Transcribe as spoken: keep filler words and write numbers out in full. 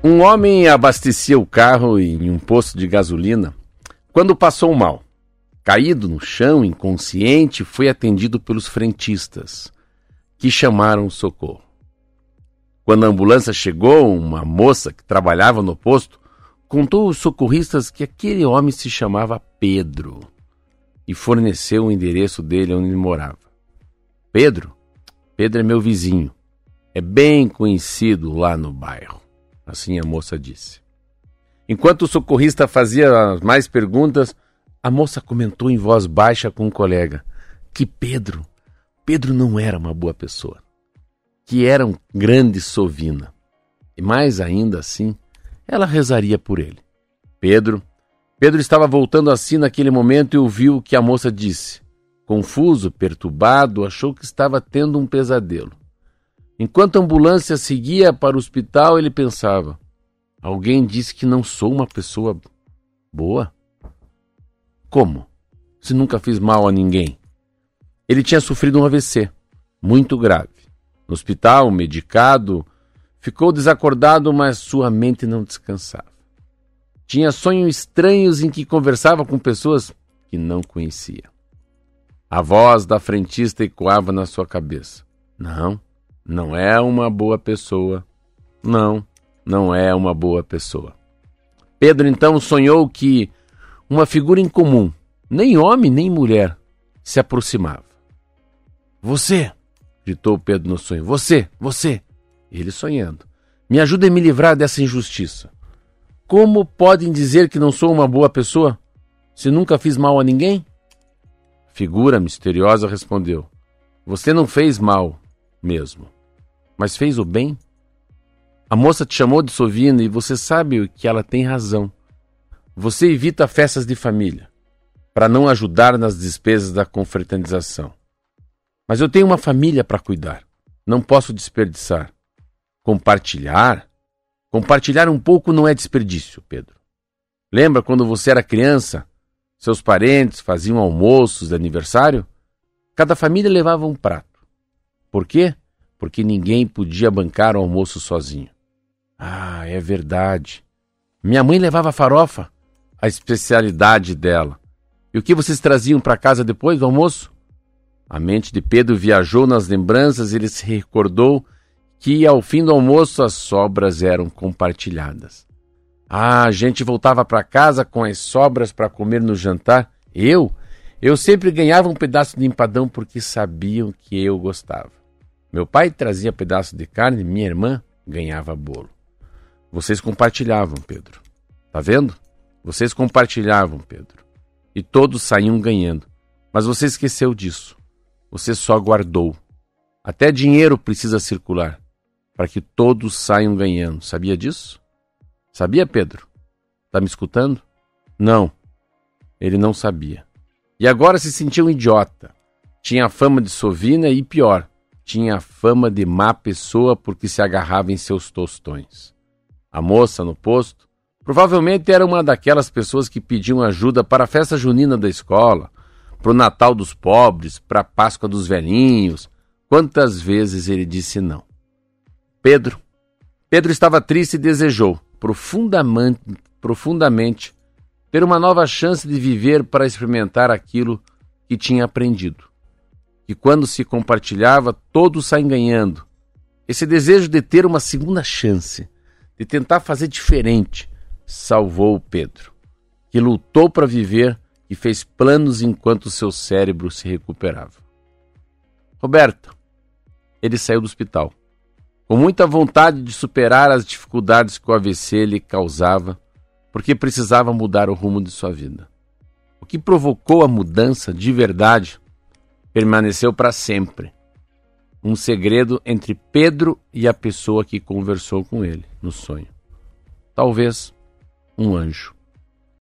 Um homem abastecia o carro em um posto de gasolina quando passou mal. Caído no chão, inconsciente, foi atendido pelos frentistas, que chamaram socorro. Quando a ambulância chegou, uma moça que trabalhava no posto contou aos socorristas que aquele homem se chamava Pedro e forneceu o endereço dele onde ele morava. Pedro? Pedro é meu vizinho. É bem conhecido lá no bairro. Assim a moça disse. Enquanto o socorrista fazia mais perguntas, a moça comentou em voz baixa com um colega que Pedro, Pedro não era uma boa pessoa, que era um grande sovina. E mais ainda assim, ela rezaria por ele. Pedro, Pedro estava voltando assim naquele momento e ouviu o que a moça disse. Confuso, perturbado, achou que estava tendo um pesadelo. Enquanto a ambulância seguia para o hospital, ele pensava: alguém disse que não sou uma pessoa boa? Como? Se nunca fiz mal a ninguém. Ele tinha sofrido um A V C, muito grave. No hospital, medicado, ficou desacordado, mas sua mente não descansava. Tinha sonhos estranhos em que conversava com pessoas que não conhecia. A voz da frentista ecoava na sua cabeça. Não. Não é uma boa pessoa. Não, não é uma boa pessoa. Pedro então sonhou que uma figura incomum, nem homem nem mulher, se aproximava. Você, gritou Pedro no sonho, você, você. Ele sonhando. Me ajude a me livrar dessa injustiça. Como podem dizer que não sou uma boa pessoa, se nunca fiz mal a ninguém? A figura misteriosa respondeu. Você não fez mal mesmo. Mas fez o bem? A moça te chamou de sovina e você sabe que ela tem razão. Você evita festas de família para não ajudar nas despesas da confraternização. Mas eu tenho uma família para cuidar. Não posso desperdiçar. Compartilhar? Compartilhar um pouco não é desperdício, Pedro. Lembra quando você era criança? Seus parentes faziam almoços de aniversário? Cada família levava um prato. Por quê? Porque ninguém podia bancar o almoço sozinho. Ah, é verdade. Minha mãe levava farofa, a especialidade dela. E o que vocês traziam para casa depois do almoço? A mente de Pedro viajou nas lembranças e ele se recordou que ao fim do almoço as sobras eram compartilhadas. Ah, a gente voltava para casa com as sobras para comer no jantar. Eu? Eu sempre ganhava um pedaço de empadão porque sabiam que eu gostava. Meu pai trazia pedaço de carne, minha irmã ganhava bolo. Vocês compartilhavam, Pedro. Tá vendo? Vocês compartilhavam, Pedro. E todos saíam ganhando. Mas você esqueceu disso. Você só guardou. Até dinheiro precisa circular para que todos saiam ganhando. Sabia disso? Sabia, Pedro? Tá me escutando? Não. Ele não sabia. E agora se sentia um idiota. Tinha a fama de sovina e pior. Tinha a fama de má pessoa porque se agarrava em seus tostões. A moça no posto provavelmente era uma daquelas pessoas que pediam ajuda para a festa junina da escola, para o Natal dos pobres, para a Páscoa dos velhinhos. Quantas vezes ele disse não? Pedro. Pedro estava triste e desejou, profundamente, profundamente, ter uma nova chance de viver para experimentar aquilo que tinha aprendido. Que quando se compartilhava, todos saem ganhando. Esse desejo de ter uma segunda chance, de tentar fazer diferente, salvou Pedro, que lutou para viver e fez planos enquanto seu cérebro se recuperava. Roberto, ele saiu do hospital, com muita vontade de superar as dificuldades que o A V C lhe causava, porque precisava mudar o rumo de sua vida. O que provocou a mudança de verdade permaneceu para sempre. Um segredo entre Pedro e a pessoa que conversou com ele no sonho. Talvez um anjo.